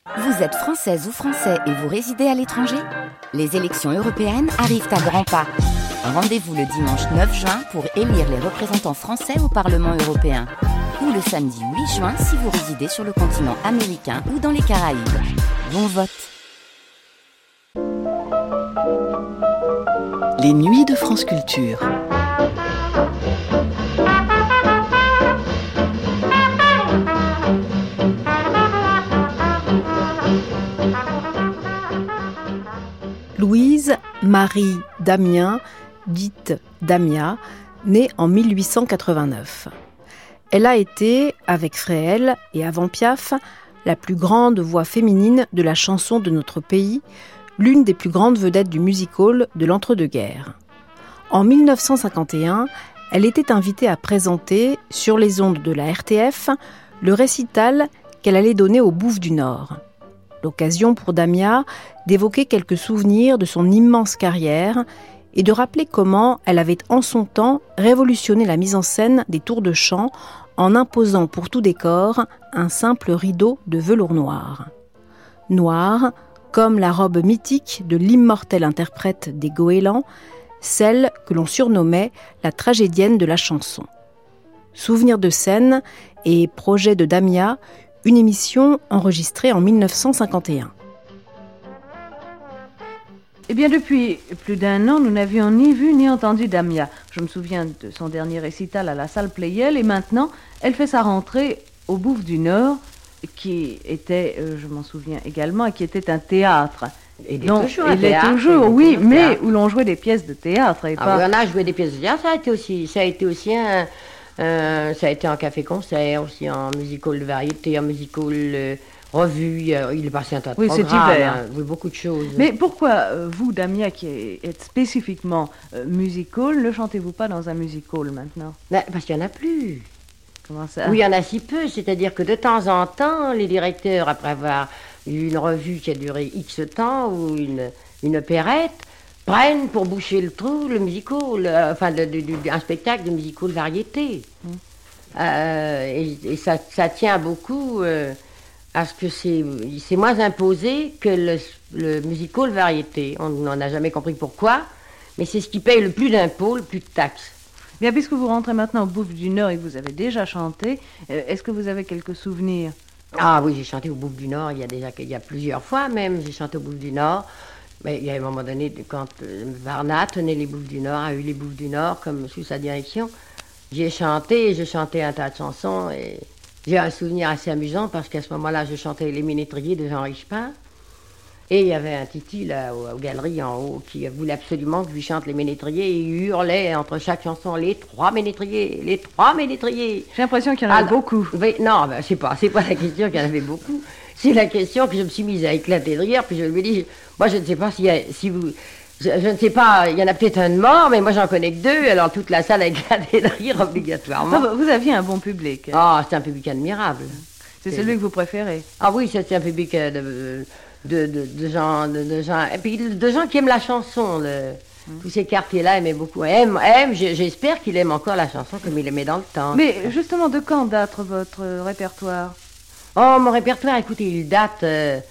Vous êtes française ou français et vous résidez à l'étranger ? Les élections européennes arrivent à grands pas. Rendez-vous le dimanche 9 juin pour élire les représentants français au Parlement européen. Ou le samedi 8 juin si vous résidez sur le continent américain ou dans les Caraïbes. Bon vote! Les nuits de France Culture. Louise Marie Damien, dite Damia, née en 1889. Elle a été, avec Fréhel et avant Piaf, la plus grande voix féminine de la chanson de notre pays, l'une des plus grandes vedettes du music-hall de l'entre-deux-guerres. En 1951, elle était invitée à présenter, sur les ondes de la RTF, le récital qu'elle allait donner au Bouffe du Nord. L'occasion pour Damia d'évoquer quelques souvenirs de son immense carrière et de rappeler comment elle avait en son temps révolutionné la mise en scène des tours de chant en imposant pour tout décor un simple rideau de velours noir. Noir, comme la robe mythique de l'immortel interprète des goélands, celle que l'on surnommait la tragédienne de la chanson. Souvenirs de scène et projet de Damia, une émission enregistrée en 1951. Eh bien, depuis plus d'un an, nous n'avions ni vu ni entendu Damia. Je me souviens de son dernier récital à la salle Pleyel et maintenant, elle fait sa rentrée au Bouffe du Nord, qui était, je m'en souviens également, qui était un théâtre. Il est toujours, oui, mais où l'on jouait des pièces de théâtre. Et pas... oui, on a joué des pièces de théâtre, ça a été aussi ça a été en café-concert, aussi en music-hall de variété, en music-hall revue, il est passé un tas de programmes, cet hiver. Oui, beaucoup de choses. Mais pourquoi, vous, Damia, qui êtes spécifiquement music-hall, ne chantez-vous pas dans un music-hall maintenant ? Parce qu'il n'y en a plus. Comment ça ? Oui, il y en a si peu, c'est-à-dire que de temps en temps, les directeurs, après avoir eu une revue qui a duré X temps, ou une opérette, prennent pour boucher le trou le music-hall, un spectacle de music-hall variété. Et ça tient beaucoup à ce que c'est moins imposé que le music-hall variété. On n'en a jamais compris pourquoi, mais c'est ce qui paye le plus d'impôts, le plus de taxes. Bien, puisque vous rentrez maintenant au Bouffe du Nord et que vous avez déjà chanté, est-ce que vous avez quelques souvenirs ? Ah oui, j'ai chanté au Bouffe du Nord il y a plusieurs fois même, j'ai chanté au Bouffe du Nord. Mais il y a un moment donné, quand Varna tenait les Bouffes du Nord, a eu les Bouffes du Nord comme sous sa direction, j'ai chanté un tas de chansons et j'ai un souvenir assez amusant parce qu'à ce moment-là, je chantais Les Ménétriers de Jean Richepin et il y avait un titi là aux galeries en haut qui voulait absolument que je lui chante Les Ménétriers et il hurlait entre chaque chanson les trois Ménétriers, les trois Ménétriers. J'ai l'impression qu'il y en avait beaucoup. Oui, non, c'est pas la question qu'il y en avait beaucoup. C'est la question que je me suis mise à éclater de rire, puis je lui ai dit, moi je ne sais pas je ne sais pas, il y en a peut-être un de mort, mais moi j'en connais que deux, alors toute la salle a éclaté de rire obligatoirement. Ah, vous aviez un bon public. Ah, c'est un public admirable. C'est celui que vous préférez. Ah oui, c'est un public de gens, et puis de gens qui aiment la chanson. Tous ces quartiers-là aimaient beaucoup. J'espère qu'il aime encore la chanson comme il aimait dans le temps. Mais justement, de quand date votre répertoire ? Oh, mon répertoire, écoutez, il date...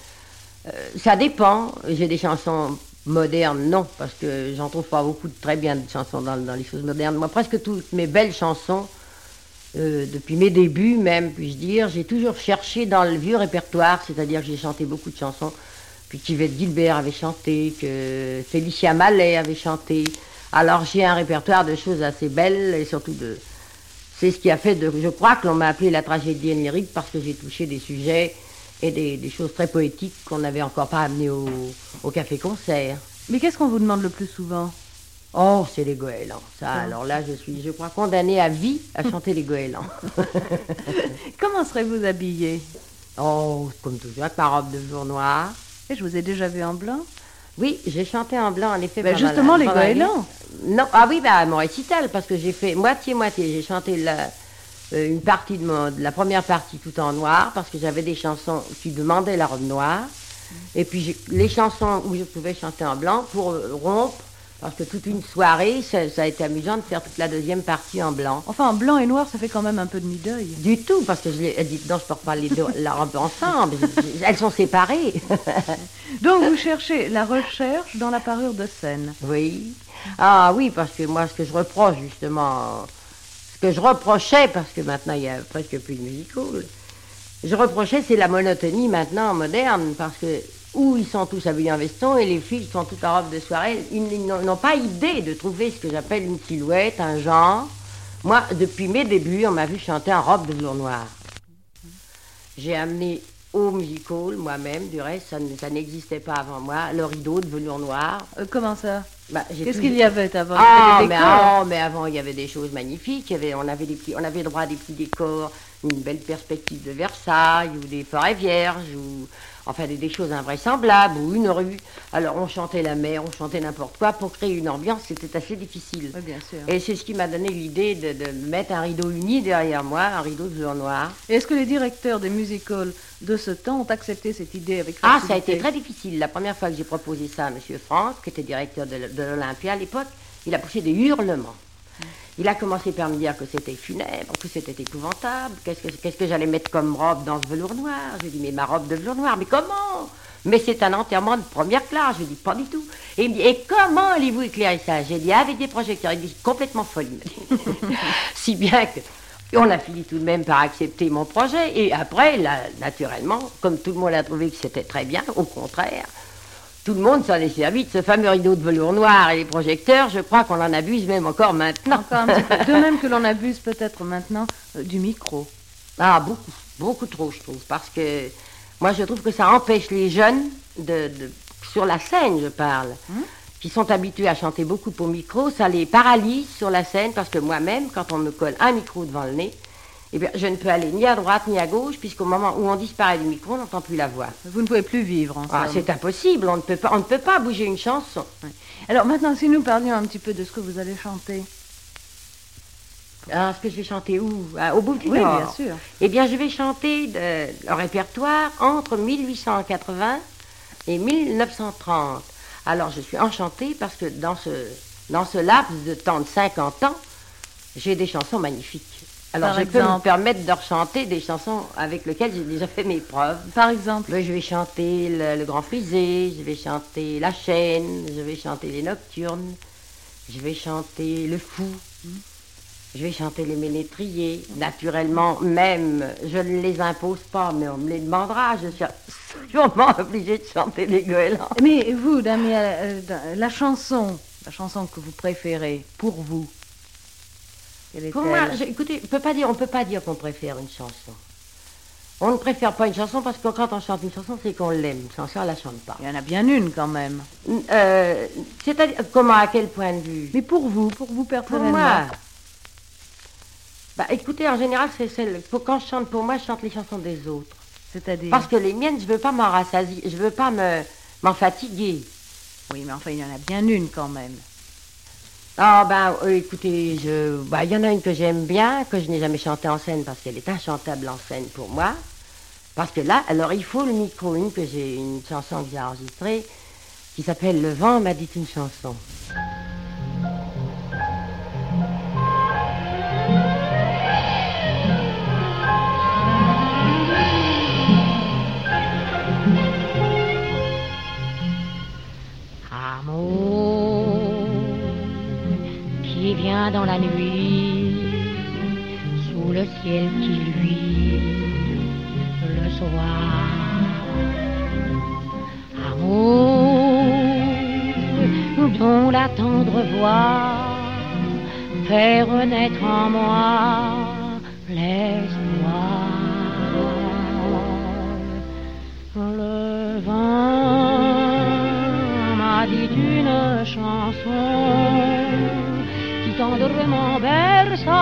ça dépend. J'ai des chansons modernes, non, parce que j'en trouve pas beaucoup de très bien de chansons dans les choses modernes. Moi, presque toutes mes belles chansons, depuis mes débuts même, puis-je dire, j'ai toujours cherché dans le vieux répertoire, c'est-à-dire que j'ai chanté beaucoup de chansons puis qu'Yvette Gilbert avait chanté, que Félicia Mallet avait chanté. Alors j'ai un répertoire de choses assez belles et surtout c'est ce qui a fait je crois que l'on m'a appelé la tragédienne lyrique parce que j'ai touché des sujets et des choses très poétiques qu'on n'avait encore pas amenées au café-concert. Mais qu'est-ce qu'on vous demande le plus souvent ? Oh, c'est les goélands. Ça, alors là, je crois, condamnée à vie à chanter les goélands. Comment serez-vous habillée ? Oh, comme toujours, avec ma robe de velours noir. Et je vous ai déjà vu en blanc ? Oui, j'ai chanté en blanc, en effet. Justement, les goélands. Non, oui, mon récital, parce que j'ai fait moitié-moitié. J'ai chanté une partie de la première partie tout en noir, parce que j'avais des chansons qui demandaient la robe noire. Et puis les chansons où je pouvais chanter en blanc pour rompre Parce que toute une soirée, ça a été amusant de faire toute la deuxième partie en blanc. Enfin, en blanc et noir, ça fait quand même un peu de mi-deuil. Du tout, parce que elle dit non, je ne porte pas la robe ensemble. Elles sont séparées. Donc vous cherchez la recherche dans la parure de scène. Oui. Ah oui, parce que moi, ce que je reproche justement, ce que je reprochais, parce que maintenant il n'y a presque plus de musical, je reprochais c'est la monotonie maintenant moderne, parce que où ils sont tous habillés en veston et les filles sont toutes en robe de soirée, ils n'ont pas idée de trouver ce que j'appelle une silhouette, un genre. Moi, depuis mes débuts, on m'a vu chanter en robe de velours noir. J'ai amené au musical, moi-même, du reste, ça n'existait pas avant moi, le rideau de velours noir. Comment ça? Qu'est-ce Qu'il qu'il y avait avant? Mais avant, il y avait des choses magnifiques. On avait droit à des petits décors, une belle perspective de Versailles, ou des forêts vierges, ou enfin des choses invraisemblables, ou une rue. Alors on chantait la mer, on chantait n'importe quoi. Pour créer une ambiance, c'était assez difficile. Oui, bien sûr. Et c'est ce qui m'a donné l'idée de mettre un rideau uni derrière moi, un rideau de velours noir. Et est-ce que les directeurs des musicals de ce temps ont accepté cette idée avec facilité? Ah, ça a été très difficile. La première fois que j'ai proposé ça à M. Franck, qui était directeur de l'Olympia à l'époque, il a poussé des hurlements. Il a commencé par me dire que c'était funèbre, que c'était épouvantable, qu'est-ce que j'allais mettre comme robe dans ce velours noir. J'ai dit, mais ma robe de velours noir, mais comment? Mais c'est un enterrement de première classe. Je dis, pas du tout. Et il me dit, et comment allez-vous éclairer ça? J'ai dit, avec des projecteurs. Il dit, complètement folle. Si bien que on a fini tout de même par accepter mon projet. Et après, là, naturellement, comme tout le monde a trouvé que c'était très bien, au contraire, tout le monde s'en est servi de ce fameux rideau de velours noir et les projecteurs. Je crois qu'on en abuse même encore maintenant. Encore un petit peu. De même que l'on abuse peut-être maintenant du micro. Ah, beaucoup, beaucoup trop, je trouve. Parce que moi, je trouve que ça empêche les jeunes, sur la scène, je parle, qui sont habitués à chanter beaucoup au micro, ça les paralyse sur la scène. Parce que moi-même, quand on me colle un micro devant le nez, eh bien, je ne peux aller ni à droite ni à gauche, puisqu'au moment où on disparaît du micro, on n'entend plus la voix. Vous ne pouvez plus vivre ensemble. C'est impossible, on ne peut pas bouger une chanson. Oui. Alors maintenant, si nous parlions un petit peu de ce que vous allez chanter. Ce que je vais chanter où? Au bout du Oui, Nord. bien sûr. Eh bien, je vais chanter le répertoire entre 1880 et 1930. Alors, je suis enchantée parce que dans ce laps de temps de 50 ans, j'ai des chansons magnifiques. Alors, je peux me permettre de rechanter des chansons avec lesquelles j'ai déjà fait mes preuves. Par exemple? Je vais chanter le Grand Frisé, je vais chanter La Chaîne, je vais chanter Les Nocturnes, je vais chanter Le Fou, je vais chanter Les Ménétriers. Naturellement, même, je ne les impose pas, mais on me les demandera. Je suis sûrement obligée de chanter les goélands. Mais vous, Damia, la chanson que vous préférez, pour vous, pour moi, écoutez, on ne peut pas dire qu'on préfère une chanson. On ne préfère pas une chanson parce que quand on chante une chanson, c'est qu'on l'aime. Une chanson, on ne la chante pas. Il y en a bien une quand même. C'est-à-dire, comment, à quel point de vue? Mais pour vous personnellement. Pour moi, écoutez, en général, quand je chante pour moi, je chante les chansons des autres. C'est-à-dire? Parce que les miennes, je ne veux pas m'en rassasier, je ne veux pas m'en fatiguer. Oui, mais enfin, il y en a bien une quand même. Écoutez, il y en a une que j'aime bien, que je n'ai jamais chantée en scène parce qu'elle est inchantable en scène pour moi. Parce que là, alors il faut le micro, une chanson que j'ai enregistrée qui s'appelle Le vent m'a dit une chanson. Qui vient dans la nuit, sous le ciel qui luit, le soir. Amour, dont la tendre voix fait renaître en moi l'espoir. Le vent m'a dit une chanson tendrement berça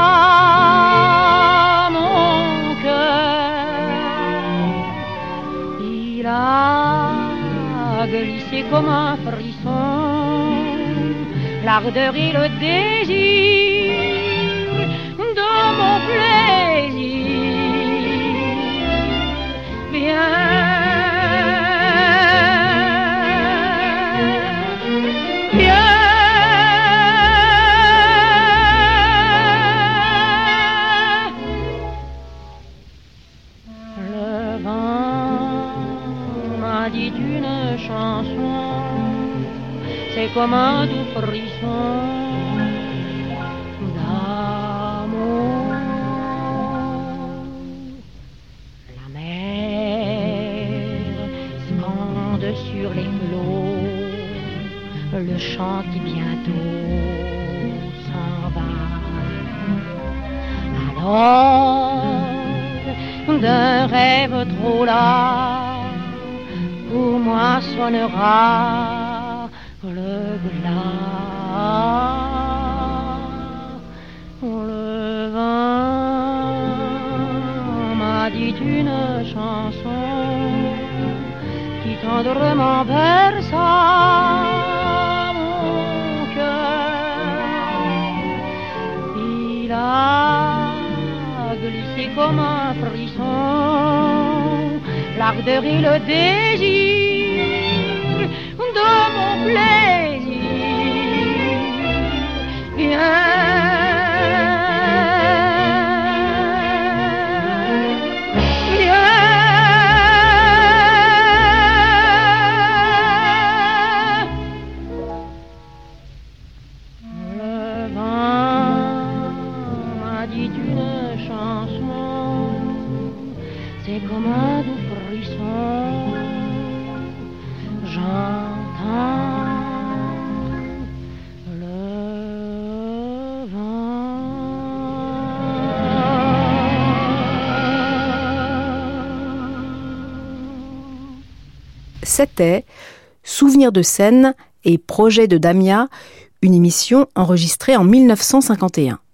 mon cœur. Il a glissé comme un frisson, l'ardeur et le désir de mon plaisir. Viens, viens. m'a dit une chanson, c'est comme un doux frisson d'amour. La mer scande sur les flots le chant qui bientôt s'en va. Alors, d'un rêve trop là, pour moi sonnera le glas. Le vent m'a dit une chanson qui tendrement berça mon cœur. Il a glissé comme un frisson, l'ardeur et le désir de mon plaisir. Viens, le vent m'a dit une chanson, c'est comme un doux frisson. J'entends le vent. C'était Souvenirs de scène et Projet de Damia, une émission enregistrée en 1951.